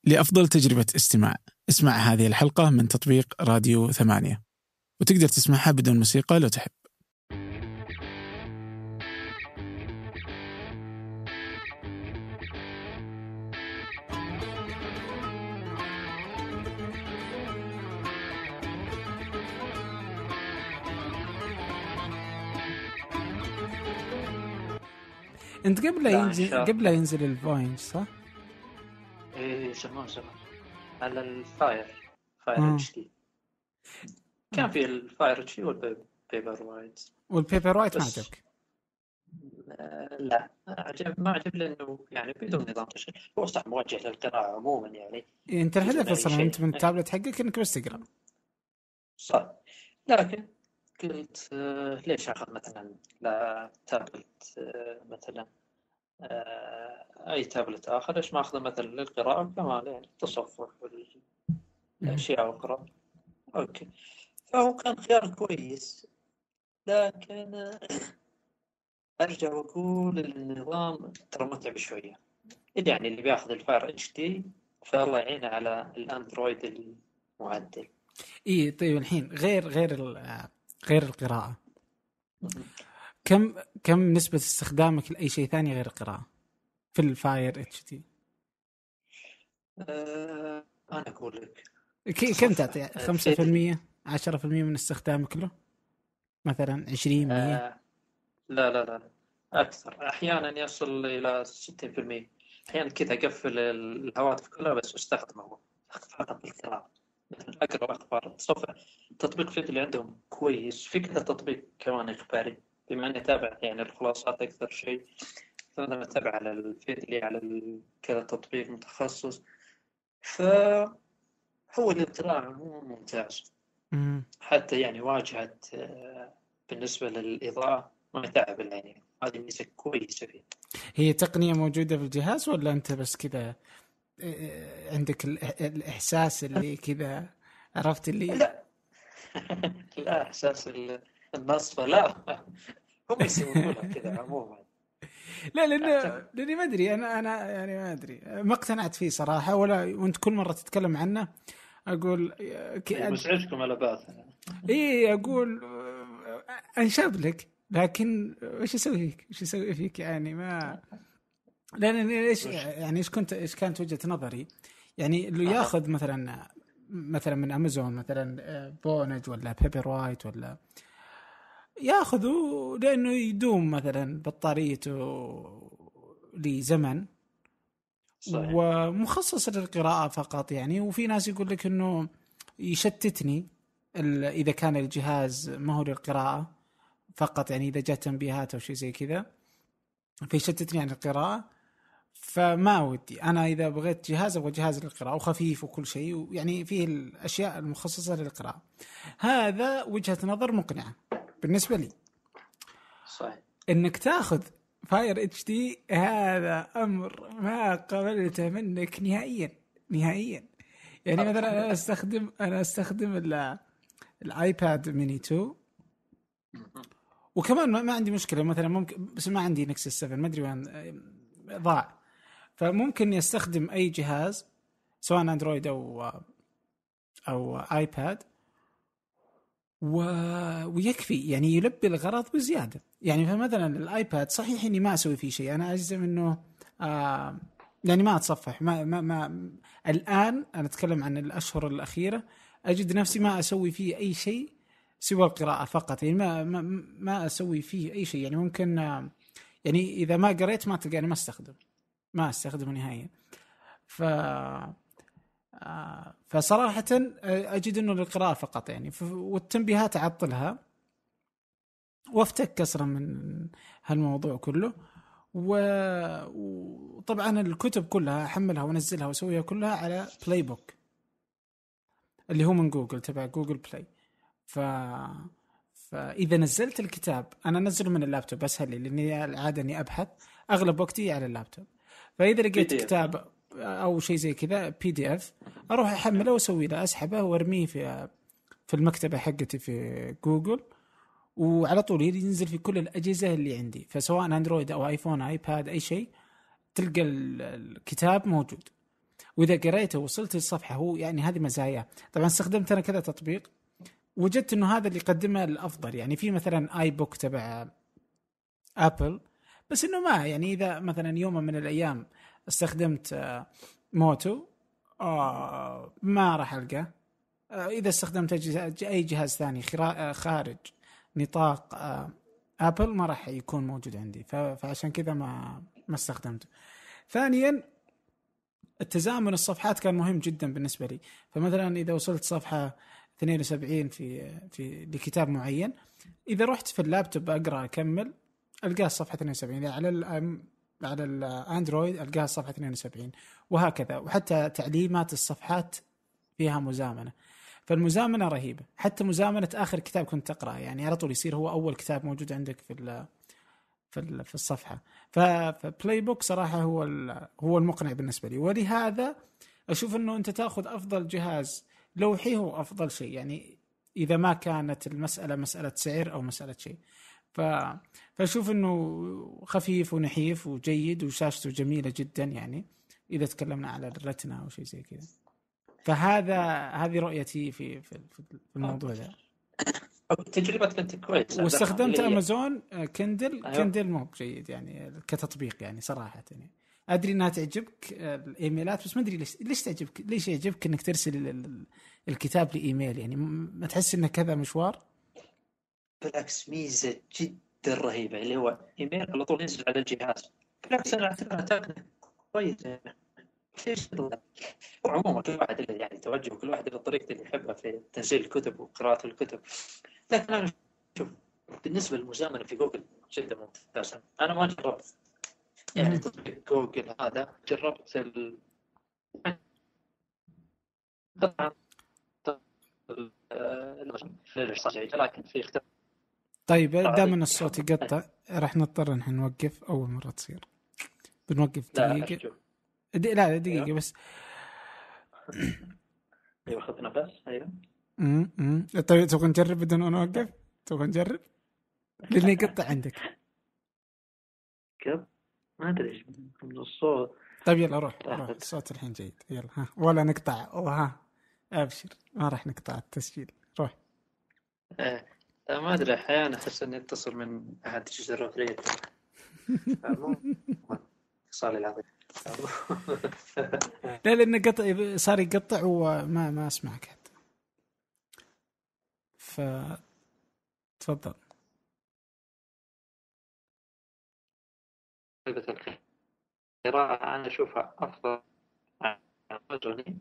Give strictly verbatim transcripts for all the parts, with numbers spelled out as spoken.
لأفضل تجربة استماع. اسمع هذه الحلقة من تطبيق راديو ثمانية، وتقدر تسمعها بدون موسيقى لو تحب. انت قبل لا ينزل قبل لا ينزل الفاينج صح؟ ايه زمان زمان على الفاير فاير اتش دي كان في الفاير اتش دي والبيبر وايت والبيبر وايت ما عجبك؟ لا عجب ما عجب لانه يعني بدون نظام تشغيل، هو صح موجه للقراءة عموما يعني. انت الهدف اصلا انت من التابلت حقك انك بس تقرا صح، لكن قلت آه ليش اخذ مثلا لا تابلت آه مثلا آه اي تابلت اخر، ليش ما اخذه مثلا للقراءة كمان يعني التصفح والاشياء اخرى. اوكي، فهو كان خيار كويس، لكن ارجع واقول النظام ترى متعب شويه. يعني اللي بياخذ الفاير اتش دي فالله يعينه على الاندرويد المعدل. ايه طيب الحين غير غير غير القراءة، كم كم نسبة استخدامك لأي شيء ثاني غير القراءة في الفاير اتش دي؟ أه أنا أقول لك كم تعطي؟ خمسة في المية عشرة في المية من استخدامك له مثلا؟ عشرين مية؟ أه لا لا لا أكثر، أحيانا يصل إلى ستين في المية. أحيانا كذا أقفل الهواتف كلها بس أستخدمه فقط بالقراءة، مثلا أقرأ أخبار التصفح. تطبيق فيد اللي عندهم كويس، في كذا تطبيق كمان إخباري بما أني أتابع يعني الخلاصات أكثر شيء، فأنا أتابع على الفيد اللي على كذا تطبيق متخصص، فهو القراءة مو ممتاز. حتى يعني واجهة بالنسبة للإضاءة ما يتعب العين، هذه ميزة كويسة فيه. هي تقنية موجودة في الجهاز ولا أنت بس كذا عندك الإحساس اللي كذا عرفت اللي لا لا إحساس النصف لا هم يسوونها كذا عموما. لا لأنه لأني ما أدري أنا أنا يعني ما أدري ما اقتنعت فيه صراحة، ولا وأنت كل مرة تتكلم عنه أقول مسعجكم على باث. إيه أقول أنشب لك، لكن وش أسوي فيك وش أسوي فيك يعني ما لأن إيش يعني إيش كنت إيش كانت وجهة نظري يعني اللي يأخذ مثلا مثلا من أمازون مثلا بونج ولا بيبر وايت ولا يأخذوا لأنه يدوم مثلا بطاريته لزمن صحيح. ومخصص للقراءة فقط يعني. وفي ناس يقول لك إنه يشتتني إذا كان الجهاز ما هو للقراءة فقط، يعني إذا جاءت تنبيهات أو شيء زي كذا فيشتتني عن القراءة. فما ودي أنا إذا بغيت جهاز أبغى جهاز للقراءة وخفيف وكل شيء، ويعني فيه الأشياء المخصصة للقراءة. هذا وجهة نظر مقنعة بالنسبة لي. صحيح. إنك تأخذ فاير اتش دي هذا أمر ما قبلته منك نهائيا نهائيا. يعني مثلا أنا أستخدم أنا أستخدم الآيباد ميني تو، وكمان ما عندي مشكلة مثلا ممكن، بس ما عندي نكسس سبعة ما أدري وين ضاع، فممكن يستخدم أي جهاز سواء أندرويد أو أو آيباد و... ويكفي يعني يلبي الغرض بزيادة. يعني فمثلا الآيباد صحيح إني ما أسوي فيه شيء، أنا أجزم إنه آه يعني ما أتصفح ما, ما, ما الآن أنا أتكلم عن الأشهر الأخيرة أجد نفسي ما أسوي فيه أي شيء سوى القراءة فقط. يعني ما ما, ما أسوي فيه أي شيء، يعني ممكن آه يعني إذا ما قريت ما تلقاني ما استخدم ما استخدمه نهائيا. ف آه فصراحة أجد أنه للقراءة فقط يعني، والتنبيهات أعطلها وافتك كسرا من هالموضوع كله. وطبعا الكتب كلها أحملها ونزلها وأسويها كلها على بلاي بوك اللي هو من جوجل تبع جوجل بلاي. ف فإذا نزلت الكتاب أنا نزله من اللابتوب أسهل لي، لأني العادة أني أبحث أغلب وقتي على اللابتوب، فإذا لقيت كتاب أو شيء زي كذا بي دي اف أروح أحمله وأسوي له أسحبه وأرميه في في المكتبة حقتي في جوجل، وعلى طول ينزل في كل الأجهزة اللي عندي، فسواء أندرويد أو آيفون أيباد أي شيء تلقى الكتاب موجود. واذا قريته وصلت للصفحه هو يعني هذه مزايا. طبعا استخدمت انا كذا تطبيق وجدت انه هذا اللي يقدمه الافضل. يعني في مثلا اي بوك تبع ابل، بس انه ما يعني اذا مثلا يوم من الايام استخدمت آه، موتو آه ما راح القاه. آه اذا استخدمت أجهزة- اي جهاز ثاني خرا- آه، خارج نطاق آه ابل ما راح يكون موجود عندي، ف- فعشان كذا ما ما استخدمته. ثانيا التزامن الصفحات كان مهم جدا بالنسبه لي. فمثلا اذا وصلت صفحه اثنين وسبعين في في لكتاب معين، اذا رحت في اللابتوب اقرا اكمل القاه الصفحه اثنين وسبعين، يعني على ال على الاندرويد القاها الصفحه اثنين وسبعين، وهكذا. وحتى تعليمات الصفحات فيها مزامنه، فالمزامنه رهيبه. حتى مزامنه اخر كتاب كنت تقراه يعني على طول يصير هو اول كتاب موجود عندك في ال في ال- في الصفحه. ف- فبلاي بوك صراحه هو ال- هو المقنع بالنسبه لي. ولهذا اشوف انه انت تاخذ افضل جهاز لوحي هو افضل شيء، يعني اذا ما كانت المساله مساله سعر او مساله شيء. ف فاشوف انه خفيف ونحيف وجيد وشاشته جميله جدا، يعني اذا تكلمنا على الرتنا او شيء زي كذا. فهذا هذه رؤيتي في في في الموضوع ذا. تجربتك انت كويسه عبد الرحمن واستخدمت اللي هي امازون كندل. ايوه كندل مو بجيد يعني كتطبيق يعني صراحه. يعني ادري انها تعجبك الايميلات، بس ما ادري ليش ليش تعجبك، ليش يعجبك انك ترسل ال- ال- الكتاب لايميل؟ يعني م- ما تحس انه كذا مشوار؟ بالعكس ميزه جدا رهيبه اللي هو ايميل على طول ينزل على الجهاز. بالعكس انا اعتبرها تقنيه كويسه. ليش تضغط؟ عموما كل واحد له يعني توجه، وكل واحد له طريقته اللي يحبها في تنزيل الكتب وقراءه الكتب. لكن انا شوف بالنسبه للمزامنه في جوجل جدا ممتازه. انا ما جربت يعني مهم. تطبيق جوجل هذا، جربت ال... طبعا ال- ال- لكن في اختلاف طيب دام ان الصوت عدد. يقطع راح نضطر نحن نوقف اول مره تصير. بنوقف لا دقيقه. ارجو. د... لا لا دقيقه ايوه بس. ايوه خذ نفس. ايوه مم. مم. طيب تبغى نجرب بدون ان نوقف؟ تبغى نجرب لانه يقطع عندك. كيف ما ادري ايش من الصوت. طيب يلا روح روح، تاخذ الصوت الحين جيد. يلا ها، ولا نقطع وها، ابشر ما راح نقطع التسجيل. روح. آه. ما ادري احيانا احس اني اتصل من احد جزر فريد. مو اتصالي العظيم. لا لانه قطع، صار يقطع وما ما اسمعك حتى. ف تفضل. القراءة أنا أشوفها أفضل أعجبني.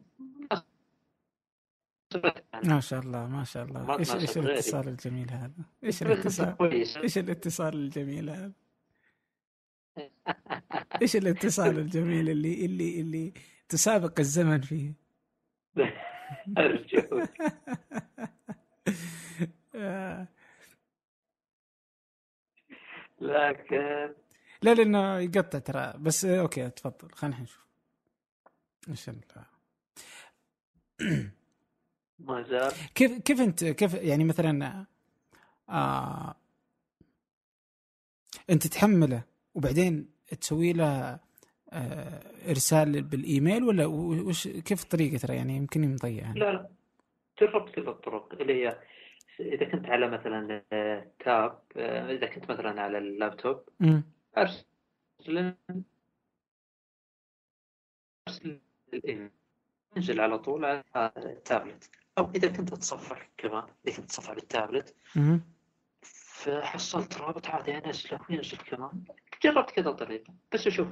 ما شاء الله ما شاء الله. ما ايش ايش تناسب غيري. الاتصال الجميل هذا؟ ايش كتبت الاتصال كويس. ايش الاتصال الجميل هذا؟ ايش الاتصال الجميل اللي اللي اللي تسابق الزمن فيه؟ أرجوك. لكن لا لانه يقطع ترى. بس اوكي تفضل خلينا نشوف ايش ال- ما زال كيف كيف انت كيف يعني مثلا آه انت تحمله وبعدين تسوي له آه ارسال بالايميل، ولا وش كيف الطريقه؟ ترى يعني يمكن مضيع يعني. لا لا جربت كذا الطرق اللي هي إذا كنت على مثلا آه، تاب آه، إذا كنت مثلا على اللابتوب امم أرسل أرسل الإيميل ينزل على طول على التابلت. أو إذا كنت أتصفح كمان إذا كنت أتصفح بالتابلت امم فحصلت رابط عادي أنزله وينزل كمان. جربت كذا طريقة بس أشوف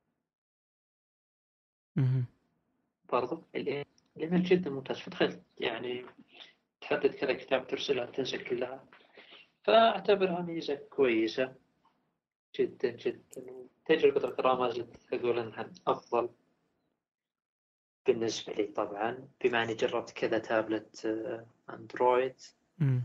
امم برضو الإيميل جدا ممتاز. فتخيل يعني تحدد كذا كتاب ترسلها تنزل كلها. فأعتبرها ميزة كويسة جدا جدا. تجربة القراءة ما زلت أقول أنها أفضل بالنسبة لي طبعا، بما أني جربت كذا تابلت أندرويد. امم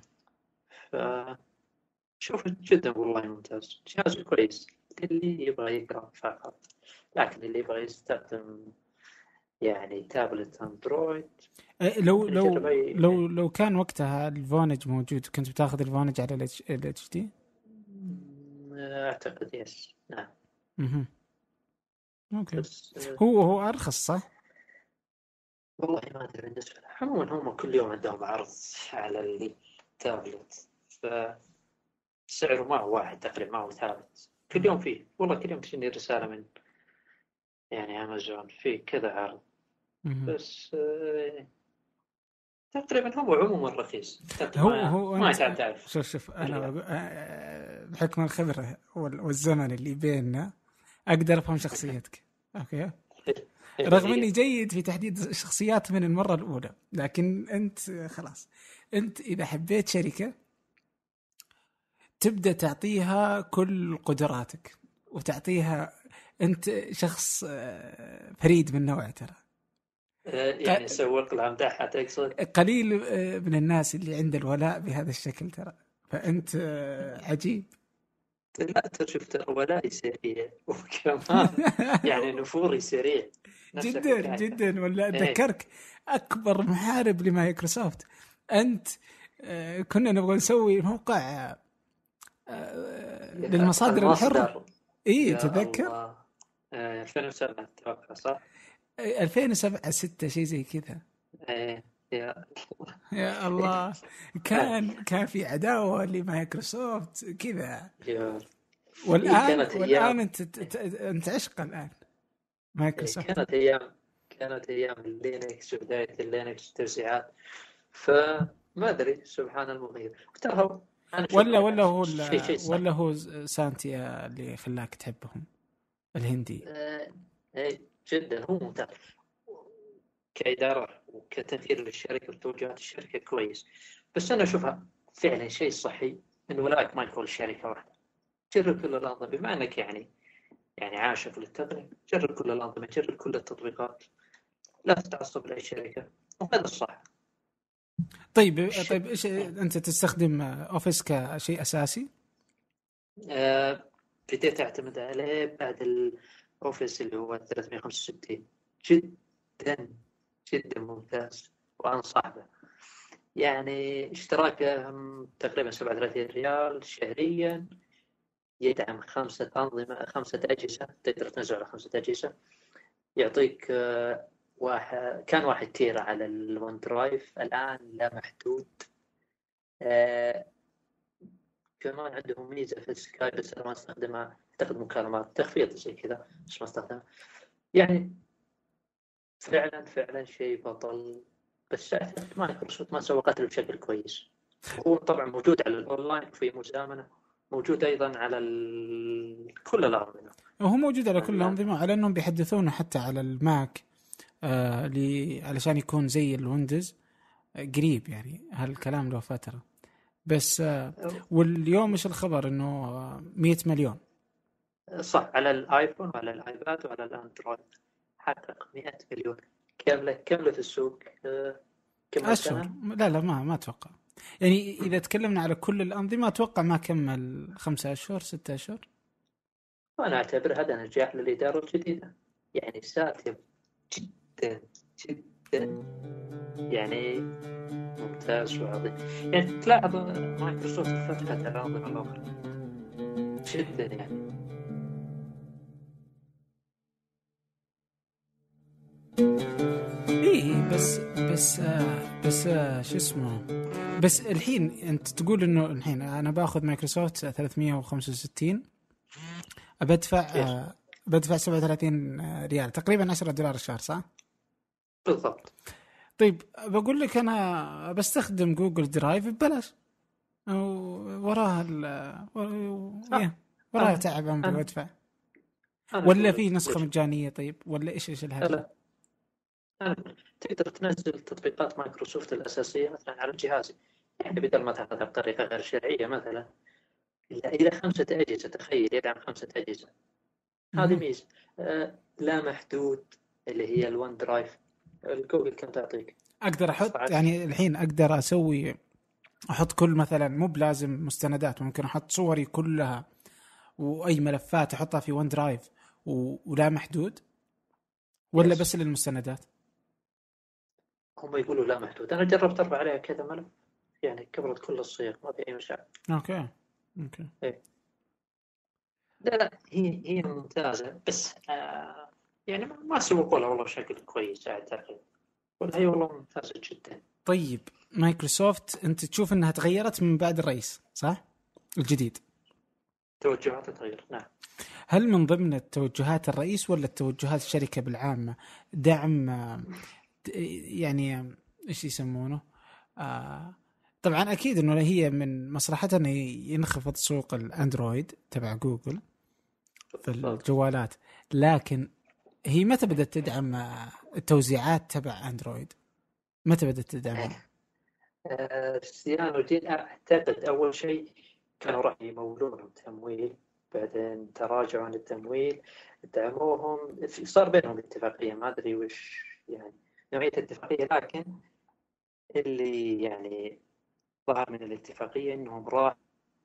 فشوف جدا والله ممتاز. جهاز كويس اللي يبغى يقرأ فقط. لكن اللي يبغى يستخدم يعني تابلت أندرويد لو ممكن يجرب لو أي. لو لو كان وقتها الفونج موجود كنت بتاخذ الفونج على الاتش دي؟ أعتقد يس نعم. اها اوكي. بس هو هو ارخص صح؟ والله ما أدري بالنسبة لهم. عموما هم كل يوم عندهم عرض على التابلت، فسعره ما هو واحد تقريبا، ما هو ثابت، كل يوم فيه. والله كل يوم تجيني رسالة من يعني أمازون في كذا عرض، مهم. بس آه، تقريبا هو عموما رخيص. أنت هو ما هو ما انت تعرف تعرف شوف شوف انا الريال. بقول آه، بحكم الخبره وال- والزمن اللي بيننا اقدر افهم شخصيتك. اوكي. اللي رغم هي اني جيد في تحديد الشخصيات من المره الاولى، لكن انت خلاص، انت اذا حبيت شركه تبدا تعطيها كل قدراتك وتعطيها، انت شخص آه، فريد من نوعه ترى. آه، يعني ق- سوق لها مداحة تقصد؟ قليل آه، من الناس اللي عنده الولاء بهذا الشكل ترى، فانت آه، عجيب. لا ترى، شفت ولائي سريع وكمان يعني نفوري سريع، نفس جدا الحكاية. جدا، ولا ايه اتذكرك اكبر محارب لمايكروسوفت انت. آه، كنا نبغى نسوي موقع آه، يا للمصادر الحره. المصدر. اي يا تذكر. الله. آه، ألفين وسبعة اتوقع، صح؟ آه، ألفين وسبعة ستة شيء زي كذا. ايه يا يا الله. كان كان في عداوه لمايكروسوفت كذا. يا إيه والان كانت والان ايام. انت ت- ت- انت عشق الان إيه مايكروسوفت. كانت ايام كانت ايام اللينكس وبداية اللينكس توسيعات. فما ادري، سبحان المغير. ترى انا اشوفها ولا ولا بالعكس هو شيء شيء ال- صح. ولا هو سانتيا اللي خلاك تحبهم، الهندي. آه، إيه جدا هو ممتاز كإدارة وكتأثير للشركة وتوجهات الشركة كويس. بس أنا أشوفها فعلا شيء صحي إن ولائك ما يكون شركة واحدة. جرب كل الأنظمة، بما أنك يعني يعني عاشق للتقنية، جرب كل الأنظمة، جرب كل التطبيقات، لا تتعصب لأي شركة، وهذا الصح. طيب الش... طيب ايش انت تستخدم اوفيس كشيء اساسي؟ آه، بديت أعتمد عليه بعد الأوفيس اللي هو ثلاثمية وخمسة وستين. جدا جدا ممتاز وأنصح به. يعني اشتراكه تقريبا سبعة وثلاثين ريال شهريا، يدعم خمسة أنظمة، خمسة أجهزة، تقدر تنزل على خمسة أجهزة. يعطيك آه، واحد كان واحد تيرا على الون درايف، الآن لا محدود. آه، كمان عندهم ميزة في السكاي بس أنا ما استخدمها، أعتقد مكالمات تخفيض زي كذا بس ما استخدمها. يعني فعلا فعلا شيء بطل. بس أعتقد مايكروسوفت ما سوقت له بشكل كويس. وهو طبعا موجود على الأونلاين وفي مزامنة، موجود أيضا على ال... كل الأنظمة. وهو موجود على كل ال- الانظمه، على انهم بيحدثونه حتى على الماك آه لي علشان يكون زي الويندوز آه، قريب يعني. هالكلام له فتره بس آه. واليوم ايش الخبر انه آه، مية مليون صح، على الآيفون وعلى الآيباد وعلى الأندرويد حقق مئة مليون كاملة كاملة في السوق. آه، كم اشهر. سنة؟ لا لا ما ما اتوقع. يعني اذا تكلمنا على كل الانظمه اتوقع ما كمل خمسة اشهر ستة اشهر. وأنا أعتبر هذا نجاح للإدارة الجديدة، يعني ساتر جدا جدا، يعني ممتاز وعظيم. يعني تلاحظ مايكروسوفت فتحت الأنظمة الأخرى جدا يعني. ايه بس بس آه بس آه شو اسمه. بس الحين انت تقول انه الحين انا باخذ مايكروسوفت ثلاثمية وخمسة وستين، بدفع يس آه بدفع سبعة وثلاثين ريال تقريبا عشرة دولار الشهر صح؟ بالضبط. طيب بقول لك انا بستخدم جوجل درايف ببلاش، وراها ال و- آه، يا وراها أنا تعب عمري أنا وادفع. أنا ولا أقول في نسخة ليش. مجانية طيب، ولا ايش ايش لا الهرجة؟ لا، أنا تقدر تنزل تطبيقات مايكروسوفت الأساسية مثلا على جهازي، يعني بدل ما تاخذها بطريقة غير شرعية مثلا، إلا إلى خمسة أجهزة. تخيل يدعم خمسة أجهزة، هذه مهم. ميزة. آه، لا محدود اللي هي الون درايف. الجوجل كم تعطيك؟ اقدر احط خمسة عشر. يعني الحين اقدر اسوي، احط كل مثلا مو بلازم مستندات، ممكن احط صوري كلها واي ملفات احطها في ون درايف و... ولا محدود، ولا يس، بس للمستندات؟ هم يقولوا لا محدود. أنا جربت أرفع عليها كذا ملف، يعني كبرت كل الصيغ، ما في أي مشاكل. اوكي اوكي. إيه. لا لا، هي هي ممتازة، بس آه يعني ما ما سوقوا لها والله بشكل كويس أعتقد. هي والله ممتازة جدا. طيب مايكروسوفت انت تشوف انها تغيرت من بعد الرئيس صح الجديد؟ توجهات تغير نعم. هل من ضمن التوجهات الرئيس ولا التوجهات الشركة بالعامة دعم يعني ايش يسمونه آه طبعا اكيد انه هي من مصلحتها انه ينخفض سوق الاندرويد تبع جوجل في الجوالات، لكن هي متى بدأت تدعم التوزيعات تبع اندرويد؟ متى بدأت تدعمها؟ السيانوجين اعتقد اول شيء كانوا راح يمولونهم تمويل، بعدين تراجعوا عن التمويل، دعموهم، صار بينهم اتفاقية ما ادري وش يعني نوعية الاتفاقية، لكن اللي يعني ظهر من الاتفاقية انهم راح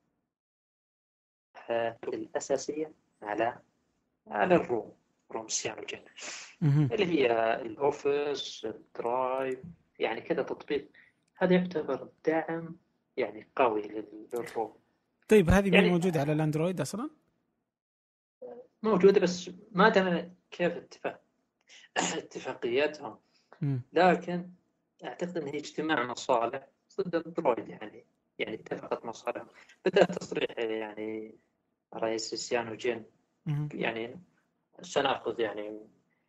الأساسية على على الروم روم سيانوجين اللي هي الأوفيس الدرايف يعني كذا تطبيق. هذا يعتبر دعم يعني قوي للروم. طيب هذه يعني مين موجودة على الأندرويد أصلا؟ موجودة بس ما أدري كيف اتفاق اتفاقياتهم، لكن أعتقد أن هي اجتماع مصالح ضد اندرويد يعني يعني اتفقت مصالح. بدأ تصريح يعني رئيس سيانوجين يعني سنأخذ يعني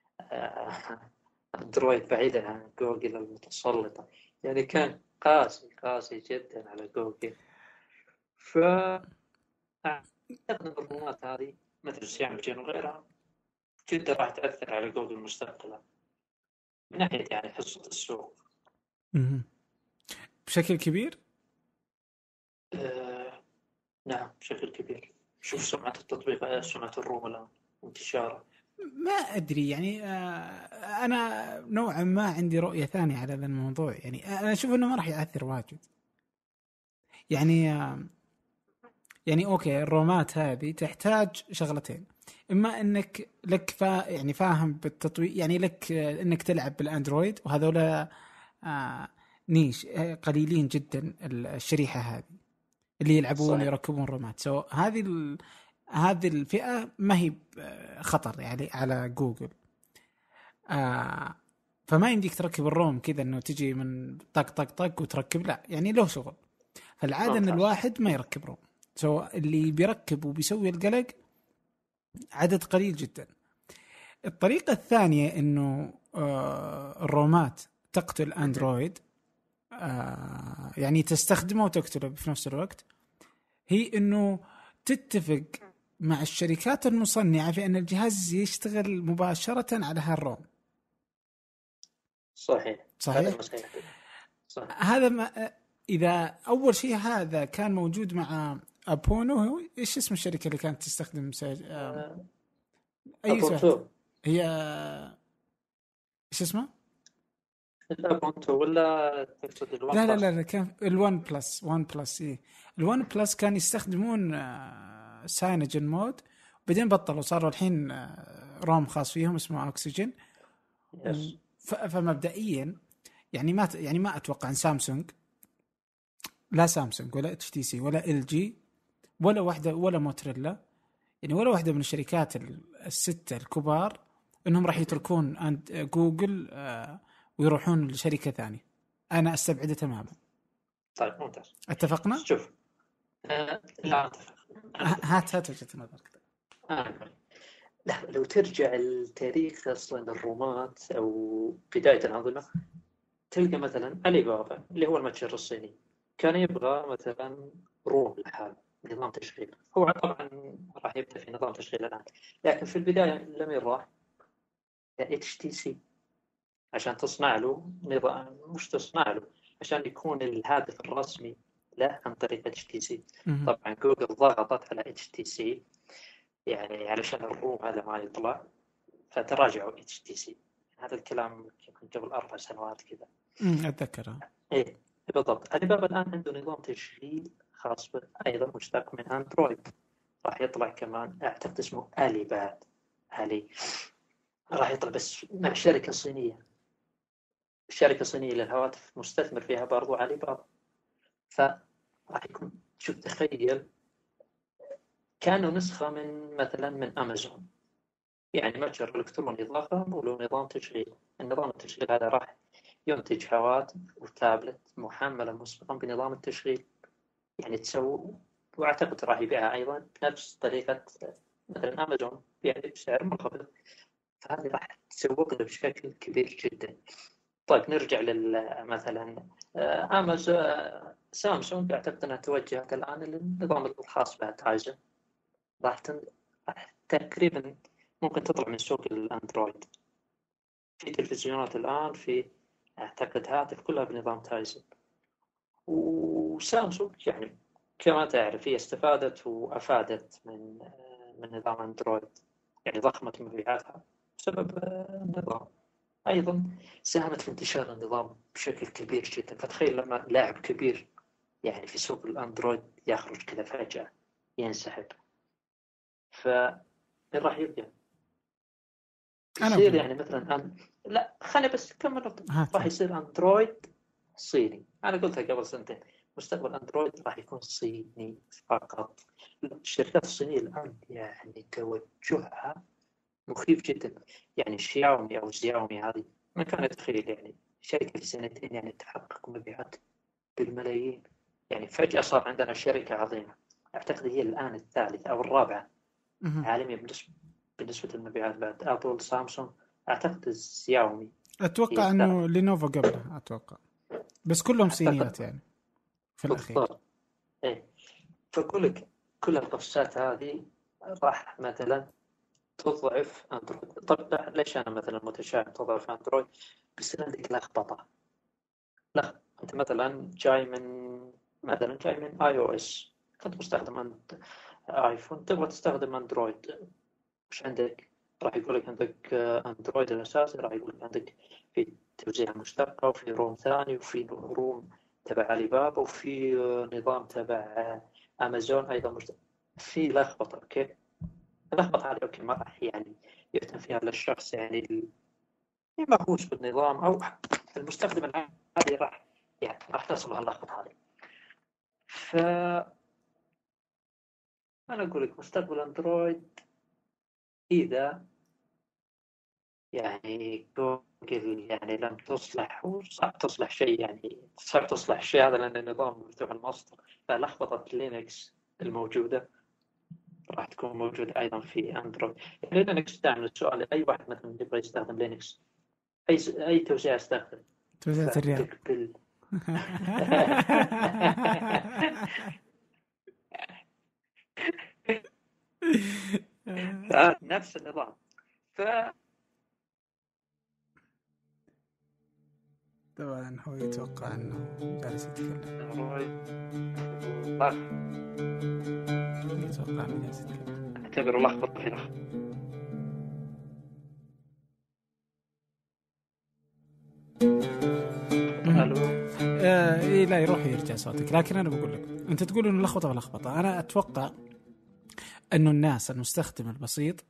اندرويد بعيدا عن جوجل المتسلطة، يعني كان قاسي قاسي جدا على جوجل. ف أعتقد الرموات هذه مثل سيانوجين وغيرها جدا راح تأثر على جوجل مستقبلا من ناحية يعني حصة السوق. بشكل كبير؟ آه، نعم بشكل كبير. شوف سمعة التطبيق، سمعة الروم الآن انتشاره. ما أدري يعني آه أنا نوعا ما عندي رؤية ثانية على هذا الموضوع، يعني أنا أشوف أنه ما راح يأثر واجد يعني آه يعني أوكي الرومات هذه تحتاج شغلتين، إما أنك لك فا يعني فاهم بالتطبيق، يعني لك آه أنك تلعب بالأندرويد وهذولا آه نيش آه قليلين جدا الشريحة هذه اللي يلعبون يركبون رومات. سو هذه ال... هذه الفئة ما هي خطر يعني على جوجل. آه فما يمديك تركب الروم كذا انه تجي من طق طق طق وتركب، لا يعني له شغل. فالعادة ان الواحد ما يركب روم، سو اللي بيركب وبيسوي القلق عدد قليل جدا. الطريقة الثانية انه آه الرومات تقتل اندرويد، آه يعني تستخدمه وتقتله في نفس الوقت، هي انه تتفق مع الشركات المصنعة في ان الجهاز يشتغل مباشرة على هالروم. صحيح صحيح. هذا صحيح. صحيح. هذا ما اذا اول شيء هذا كان موجود مع ابونو، ايش اسم الشركة اللي كانت تستخدم سيج... آه. اي واحدة هي ايش اسمه؟ الابونتو ولا تقصد الوان لا بلس؟ لا لا كان الوان بلس. وان بلس ايه الوان بلس كان يستخدمون ساينجن مود، بعدين بطلوا صاروا الحين روم خاص فيهم اسمه اكسجين. فمبدئيا يعني ما يعني ما اتوقع ان سامسونج، لا سامسونج ولا اتش تي سي ولا ال جي ولا واحده ولا موتوريلا، يعني ولا واحده من الشركات السته الكبار انهم راح يتركون عند جوجل ويروحون لشركه ثانيه. انا استبعده تماما. طيب ممتاز. اتفقنا؟ شوف آه لا اتفق. هات هات وجهه نظرك. آه. لا لو ترجع التاريخ اصلا الرومات او بدايه الانظمه، تلقى مثلا علي بابا اللي هو المتجر الصيني كان يبغى مثلا روم لحاله نظام تشغيل. هو طبعا راح يبدا في نظام تشغيل الان، لكن في البدايه لمين راح؟ اتش تي سي عشان تصنع له نظام، مش تصنع له عشان يكون الهاتف الرسمي له عن طريق اتش تي سي. طبعا جوجل ضغطت على اتش تي سي يعني علشان الروم هذا ما يطلع، فتراجعوا اتش تي سي. هذا الكلام يمكن قبل اربع سنوات كذا. امم اتذكرها. ايه بالضبط. علي بابا الان عنده نظام تشغيل خاص به ايضا مشتق من اندرويد، راح يطلع كمان اعتقد اسمه الي باد. الي راح يطلع بس مع شركه صينيه، الشركه الصينيه للهواتف مستثمر فيها برضو علي بابا. فراح يكون شوف تخيل كانوا نسخه من مثلا من امازون، يعني متجر الكتروني ضخم وله نظام تشغيل. النظام التشغيل هذا راح ينتج هواتف وتابلت محملة مسبقا بنظام التشغيل، يعني تسوي، وأعتقد راح يبيعها أيضا بنفس طريقة مثلا أمازون يعني بسعر منخفض، فهذه راح تسوق له بشكل كبير جدا. طيب نرجع لل مثلا أمازون سامسونج، أعتقد أنها توجهت الآن للنظام الخاص بها تايزن، راح تن... راح تقريبا ممكن تطلع من سوق الأندرويد. في تلفزيونات الآن، في أعتقد هاتف كلها بنظام تايزن. وسامسونج يعني كما تعرف هي استفادت وأفادت من من نظام أندرويد، يعني ضخمت مبيعاتها بسبب النظام. أيضا ساهمت في انتشار النظام بشكل كبير جدا. فتخيل لما لاعب كبير يعني في سوق الأندرويد يخرج كذا فجأة ينسحب، فمن راح يبدأ يصير يعني مثلا أن... لا خليني بس كمل. راح يصير أندرويد صيني. أنا قلتها قبل سنتين، مستقبل أندرويد راح يكون صيني فقط. الشركات الصينية الآن يعني توجهها مخيف جدا. يعني شياومي أو زياومي هذه ما كان يتخيل يعني شركة في سنتين يعني تحقق مبيعات بالملايين. يعني فجأة صار عندنا شركة عظيمة، أعتقد هي الآن الثالثة أو الرابعة عالميا بالنسبة بالنسبة للمبيعات بعد أبل سامسونج. أعتقد زياومي، أتوقع أنه لينوفو قبلها أتوقع، بس كلهم صينيات يعني في الأخير. إيه، فأقول لك كل القفزات هذه راح مثلا تضعف أندرويد. طب ليش أنا مثلا متشائم تضعف أندرويد؟ بس عندك لخبطة. لا أنت مثلا جاي من مثلا جاي من آي أو إس، كنت مستخدم آيفون تبغى تستخدم أندرويد، وش عندك؟ راح يقول لك عندك أندرويد الأساسي، راح يقول لك عندك في توزيع مشتقة وفي روم ثاني وفي روم تبع علي بابا وفي نظام تبع أمازون أيضا مشتقة. في لخبطة. أوكي اللخبطة هذه أوكي ما راح يعني يهتم فيها للشخص يعني اللي مهووس بالنظام أو المستخدم العادي، راح يعني راح تصل هاللخبطة هذه. ف أنا أقول لك مستقبل أندرويد إذا يعني جوجل يعني لم تصلح، وصعب تصلح شيء، يعني صعب تصلح شيء هذا لأن النظام مفتوح المصدر. فلخبطة لينكس الموجودة راح تكون موجودة أيضا في أندرويد. يعني لينكس دائما السؤال أي واحد مثلا يبغى يستخدم لينكس أي أي توزيع استخدم؟ توزيع الريال. بال... نفس النظام. ف طبعا هو يتوقع انه جالس يتكلم. يتوقع انه جالس يتكلم. اعتبره لخبط في لخبط. آه إيه لا يروح يرجع صوتك. لكن انا بقول لك انت تقول انه لخبطه ولخبطه. انا اتوقع انه الناس المستخدم البسيط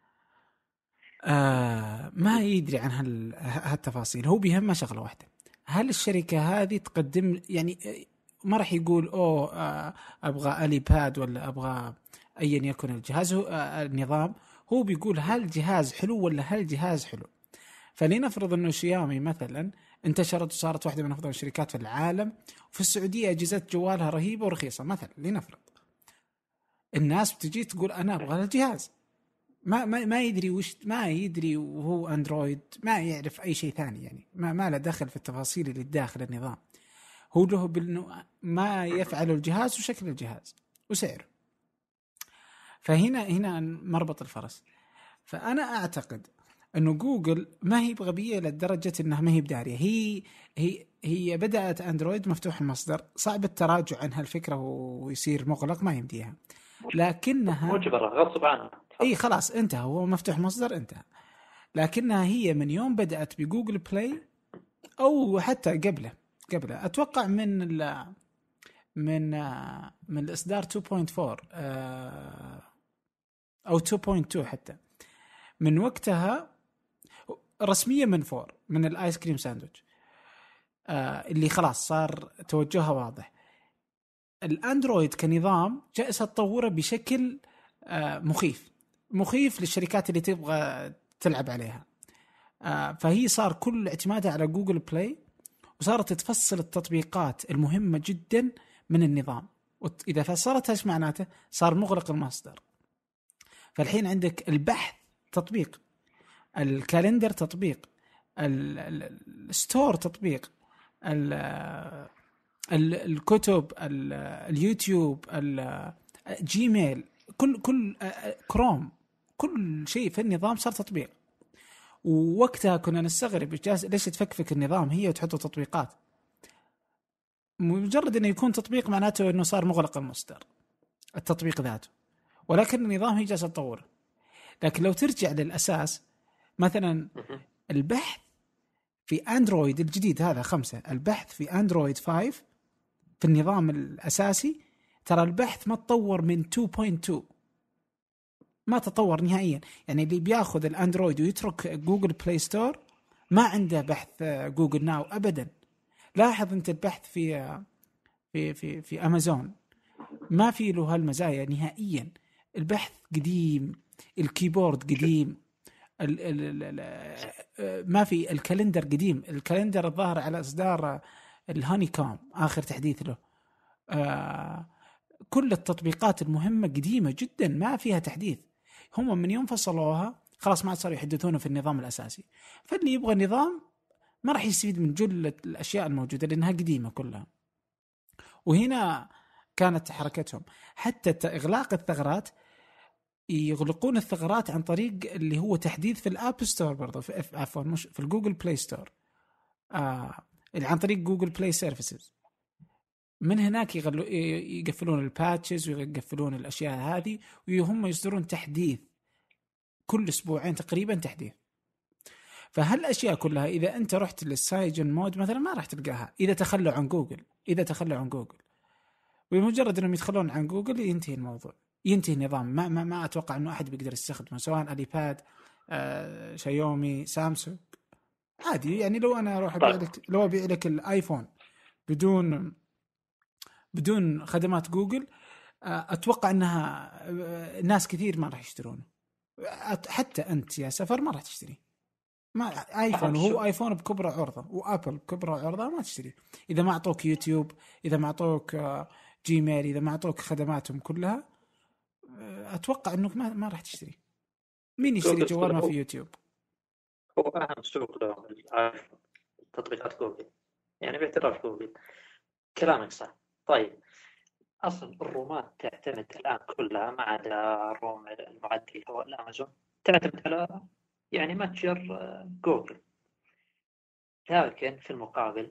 آه ما يدري عن هال هالتفاصيل. هو بيهمه شغله واحده، هل الشركه هذه تقدم يعني ما راح يقول اوه آه ابغى الي باد ولا ابغى ايا يكن الجهاز هو آه النظام. هو بيقول هل الجهاز حلو ولا هل الجهاز حلو. فلنفرض انه شياومي مثلا انتشرت وصارت واحده من افضل الشركات في العالم، وفي السعوديه اجهزه جوالها رهيبه ورخيصه مثلا. لنفرض الناس بتجي تقول انا ابغى الجهاز، ما ما ما يدري وش ما يدري وهو اندرويد، ما يعرف اي شيء ثاني، يعني ما ما له دخل في التفاصيل اللي داخل النظام. هو له بانه ما يفعل الجهاز وشكل الجهاز وسعره. فهنا هنا مربط الفرس. فانا اعتقد انه جوجل ما هي بغبيه لدرجه انها ما هي بداريه. هي هي هي بدات اندرويد مفتوح المصدر، صعب التراجع عن هالفكره ويصير مغلق، ما يمديها. لكنها مجبره غصب عنها. اي خلاص انتهى، هو مفتوح مصدر انتهى. لكنها هي من يوم بدات بجوجل بلاي او حتى قبله قبله اتوقع من ال من من الاصدار اثنين نقطة أربعة او اثنين نقطة اثنين حتى، من وقتها رسميا من فور من الايس كريم ساندويتش اللي خلاص صار توجهها واضح. الاندرويد كنظام جالسه تطوره بشكل مخيف مخيف للشركات اللي تبغى تلعب عليها. فهي صار كل اعتمادها على جوجل بلاي وصارت تفصل التطبيقات المهمة جدا من النظام. وإذا فصلتها إيش معناته؟ صار مغلق المصدر. فالحين عندك البحث تطبيق، الكالندر تطبيق، الستور تطبيق، الكتب، اليوتيوب، الجيميل، كل كل كروم، كل شيء في النظام صار تطبيق. ووقتها كنا نستغرب ليش تفكفك النظام هي وتحط تطبيقات. مجرد انه يكون تطبيق معناته انه صار مغلق المصدر التطبيق ذاته، ولكن النظام هي جالسه تطور. لكن لو ترجع للاساس، مثلا البحث في اندرويد الجديد هذا خمسة، البحث في اندرويد خمسة في النظام الاساسي، ترى البحث ما تطور من اثنين نقطة اثنين، ما تطور نهائيا. يعني اللي بياخذ الاندرويد ويترك جوجل بلاي ستور ما عنده بحث جوجل ناو ابدا. لاحظ انت البحث في في في في امازون ما في له هالمزايا نهائيا. البحث قديم، الكيبورد قديم، ال ال ال ما في الكالندر قديم. الكالندر الظاهر على اصدار الهاني كوم اخر تحديث له. آه كل التطبيقات المهمة قديمة جدا ما فيها تحديث. هم من يوم فصلوها خلاص ما صاروا يحدثونه في النظام الأساسي. فاللي يبغى نظام ما راح يستفيد من جل الأشياء الموجودة لأنها قديمة كلها. وهنا كانت حركتهم. حتى إغلاق الثغرات، يغلقون الثغرات عن طريق اللي هو تحديث في الآب ستور برضو، في عفوا مش في الجوجل بلاي ستور، آه عن طريق جوجل بلاي سيرفيسز. من هناك يقفلون الباتشز ويقفلون الأشياء هذه، وهم يصدرون تحديث كل أسبوعين تقريبا تحديث. فهالأشياء كلها إذا أنت رحت للسايجن مود مثلا ما راح تلقاها إذا تخلوا عن جوجل. إذا تخلوا عن جوجل بمجرد أنهم يدخلون عن جوجل ينتهي الموضوع، ينتهي النظام. ما, ما, ما أتوقع أنه أحد بيقدر يستخدمه، سواء أليباد، آه، شايومي، سامسونج، عادي. يعني لو أنا أروح أبيع لك، لو أبيع لك الآيفون بدون بدون خدمات جوجل، أتوقع أنها ناس كثير ما راح يشترونه. حتى أنت يا سفر ما راح تشتري. ما آيفون وهو آيفون بكبرى عرضة، وآبل بكبرى عرضة ما تشتري إذا ما أعطوك يوتيوب، إذا ما أعطوك جيميل، إذا ما أعطوك خدماتهم كلها. أتوقع أنك ما ما راح تشتري. مين يشتري جوال ما في يوتيوب؟ هو أهم سوق له الآيفون، تطبيقات جوجل. يعني باعتراف جوجل كلامك صح. طيب أصل الرومات تعتمد الآن كلها ما عدا الروم المعدي هو الأمازون تعتمد على يعني متجر جوجل. لكن في المقابل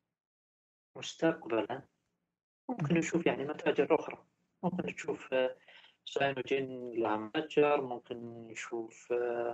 مستقبلا ممكن نشوف يعني متاجر أخرى. ممكن نشوف ساينوجين لها متجر، ممكن نشوف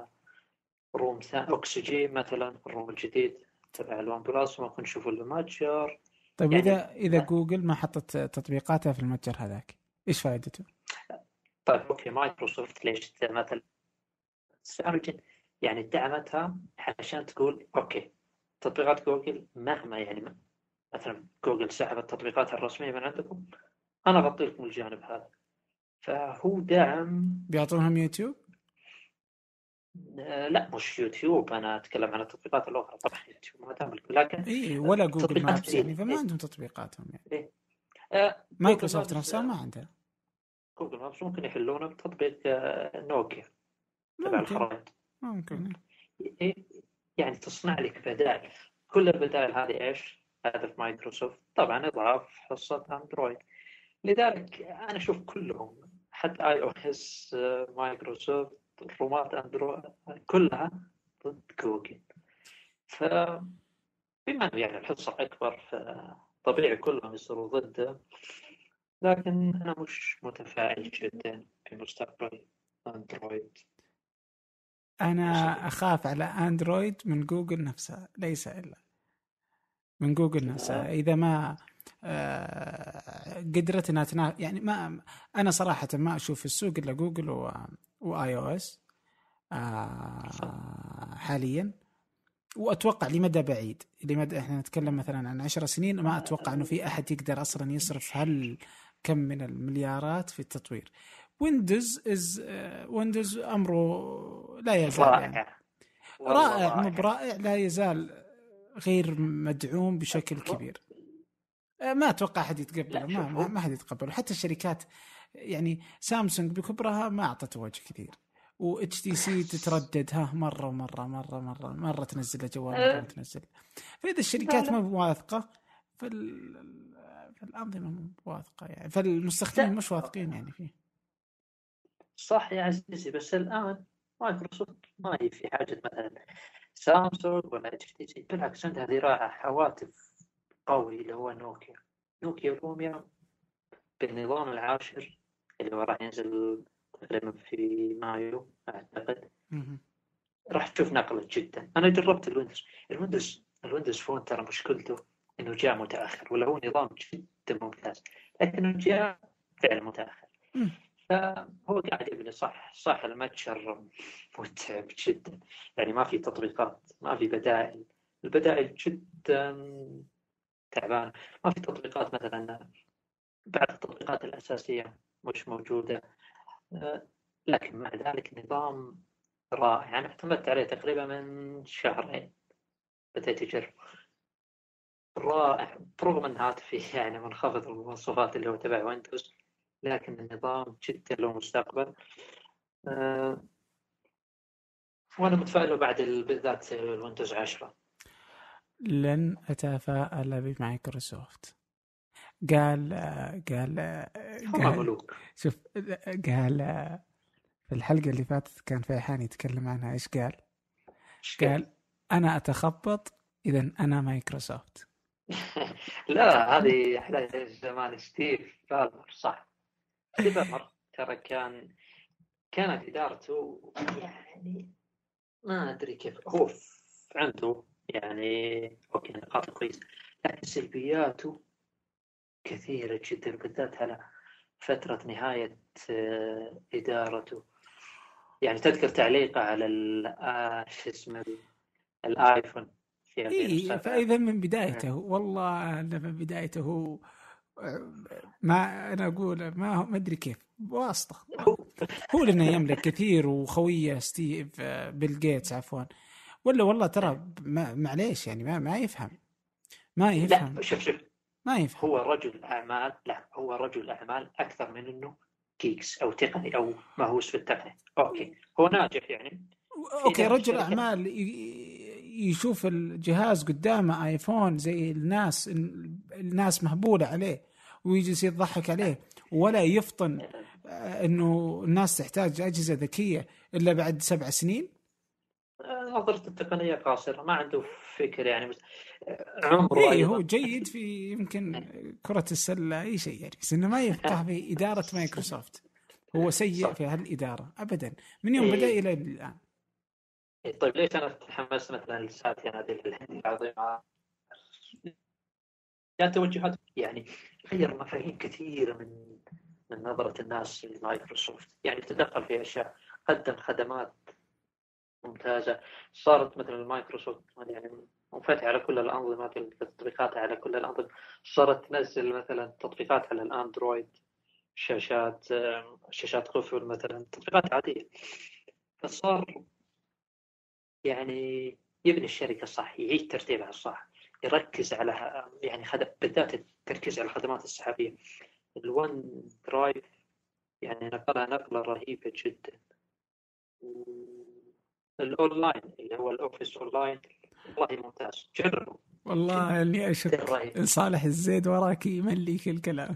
روم أكسجين مثلا، الروم الجديد تبع الوان بلس ممكن نشوف المتجر. طيب يعني إذا إذا جوجل ما حطت تطبيقاتها في المتجر هذاك إيش فائدته؟ طيب أوكي، مايكروسوفت ليش مثلا ساينوجين يعني دعمتها علشان تقول أوكي تطبيقات جوجل مهما يعني مثلا جوجل سحبت تطبيقاتها الرسمية من عندكم، أنا أغطي لكم الجانب هذا. فهو دعم. بيعطونهم يوتيوب؟ آه لا مش يوتيوب، أنا أتكلم عن التطبيقات الأخرى. طبعا يوتيوب ما تعمل، لكن إيه ولا جوجل مابس يعني، فما إيه؟ عندهم تطبيقاتهم يعني. إيه؟ آه مايكروسوفت نفسها ما عندها. جوجل مابس ممكن يحلونه بتطبيق آه نوكيا تبع الخرائط. ممكن إيه؟ يعني تصنع لك بدائل. كل البدائل هذه إيش؟ هدف مايكروسوفت طبعا إضعاف حصة أندرويد. لذلك أنا أشوف كلهم حتى آي أو إس مايكروسوفت رومات أندرويد كلها ضد جوجل. فبما يعني الحصة أكبر فطبيعي كلهم يصيروا ضده، لكن أنا مش متفائل جدا في مستقبل أندرويد. أنا أخاف على أندرويد من جوجل نفسها، ليس إلا من جوجل نفسها. إذا ما قدرت انها تنا... يعني ما انا صراحه ما اشوف السوق الا جوجل و... واي او اس آه... حاليا. واتوقع لمدى بعيد، لمدى احنا نتكلم مثلا عن عشر سنين، ما اتوقع انه في احد يقدر اصلا يصرف هل كم من المليارات في التطوير. ويندوز از ويندوز امره لا يزال رائع. يعني رائع مو برائع، لا يزال غير مدعوم بشكل كبير. ما اتوقع احد يتقبله، ما شوفوا. ما حد يتقبله، حتى الشركات يعني سامسونج بكبرها ما اعطت وجه كثير، و اتش تي سي تتردد ها مره ومره مره مره مره تنزل جوال مره ما تنزل. فاذا الشركات ما واثقه فال فالانظمه مو واثقه يعني، فالمستخدمين مش واثقين يعني فيه. صح يا عزيزي، بس الان مايكروسوفت ما هي في حاجه مثلا سامسونج ولا اتش تي سي، بالعكس عندها ذراع هواتف قوي اللي هو نوكيا. نوكيا لوميا بالنظام العاشر اللي هو راح ينزل تقريبا في مايو اعتقد، راح تشوف نقلة جدا. انا جربت الويندوز الويندوز الويندوز فون، ترى مشكلته انه جاء متاخر، ولا هو نظام جدا ممتاز لكنه جاء فعلا متاخر. فهو قاعد يبني صح صح المتجر متعب جدا، يعني ما في تطبيقات، ما في بدائل، البدائل جدا تعبانة. ما في تطبيقات مثلا، بعض التطبيقات الأساسية مش موجودة، لكن مع ذلك نظام رائع. أنا اعتمدت عليه تقريبا من شهرين، بديت أجرب، رائع برغم أن هاتفي يعني منخفض المواصفات اللي هو تبع ويندوز، لكن النظام جدا له مستقبل. أه وأنا متفائل بعد بالذات الويندوز عشرة. لن أتفائل بمايكروسوفت. قال قال هم ملوك. شوف قال في الحلقة اللي فاتت كان فيحان يتكلم عنها، إيش قال؟ قال أنا أتخبط إذا أنا مايكروسوفت. لا هذه أحلى زمان ستيف بالمر. صح، ستيف بالمر ترى كان كانت إدارته يعني ما أدري كيف، هو عنده يعني أوكي نقاط كويسة، لكن سلبياته كثيرة جدا، بالذات على فترة نهاية إدارته. يعني تذكر تعليقه على شو اسمه الآيفون في ألفين وسبعة. فإذا من بدايته والله من بدايته ما أنا أقول ما ما أدري كيف واسطة. هو لأنه يملك كثير وخويه ستيف بيل جيتس عفوا، ولا والله ترى معليش يعني ما ما يفهم ما يفهم لا شوف شوف ما يفهم. هو رجل أعمال، لا هو رجل أعمال أكثر من إنه كيكس أو تقني أو مهووس في التقنية. أوكي هو ناجح يعني، أوكي رجل أعمال يشوف الجهاز قدامه آيفون زي الناس الناس مهبولة عليه ويجلس يضحك عليه، ولا يفطن إنه الناس تحتاج أجهزة ذكية إلا بعد سبع سنين. نظرة التقنية قاصرة، ما عنده فكر يعني، بس عمره إيه أيضا. هو جيد في يمكن كرة السلة أي شيء يعني، بس إنه ما يفقه في إدارة مايكروسوفت. هو سيء في هالإدارة أبدا من يوم إيه. بدأ إلى الآن. إيه طيب ليش أنا تحمست مثلا لساتيا نادل الهندي العظيمة؟ كانت توجهات يعني غير مفاهيم كثيرة من من نظرة الناس لمايكروسوفت، يعني تدخل في أشياء، قدم خدمات ممتازة، صارت مثل مايكروسوفت يعني منفتحة على كل الأنظمة، تطبيقاتها على كل الأنظمة، صارت تنزل مثلا تطبيقات على الأندرويد، شاشات شاشات قفل مثلا، تطبيقات عادية. فصار يعني يبني الشركة صح، يعيد ترتيبها صح، يركز على يعني خدم، بالذات التركيز على الخدمات السحابية. الون درايف يعني نقلها نقلة رهيبة جدا. الأونلاين اللي هو الأوفيس أونلاين والله ممتاز، جربوا والله اني اشك ان صالح الزيد وراك يمليك الكلام.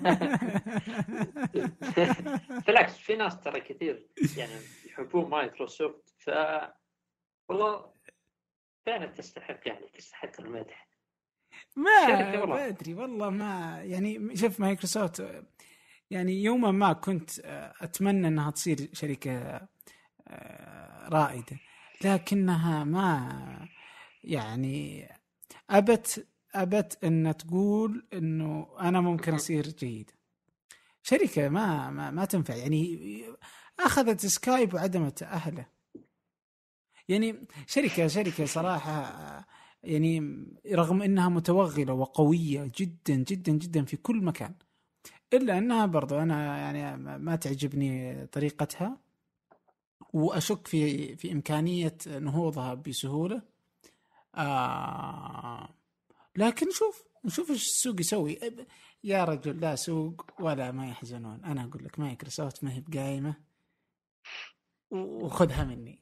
بالعكس في ناس ترى كثير يعني يحبون مايكروسوفت، ف والله فعلا تستحق يعني تستحق المدح. ما ما ادري والله ما يعني شوف مايكروسوفت يعني يوما ما كنت اتمنى انها تصير شركة رائدة، لكنها ما يعني أبت أبت أن تقول إنه أنا ممكن أصير جيد. شركة ما ما ما تنفع يعني، أخذت سكايب وعدمت أهله. يعني شركة شركة صراحة يعني رغم أنها متوغلة وقوية جدا جدا جدا في كل مكان، إلا أنها برضو أنا يعني ما تعجبني طريقتها، وأشك في في إمكانية نهوضها بسهولة. آه لكن شوف نشوف ايش السوق يسوي. يا رجل لا سوق ولا ما يحزنون. انا اقول لك مايكروسوفت ما هي بقايمه وخذها مني.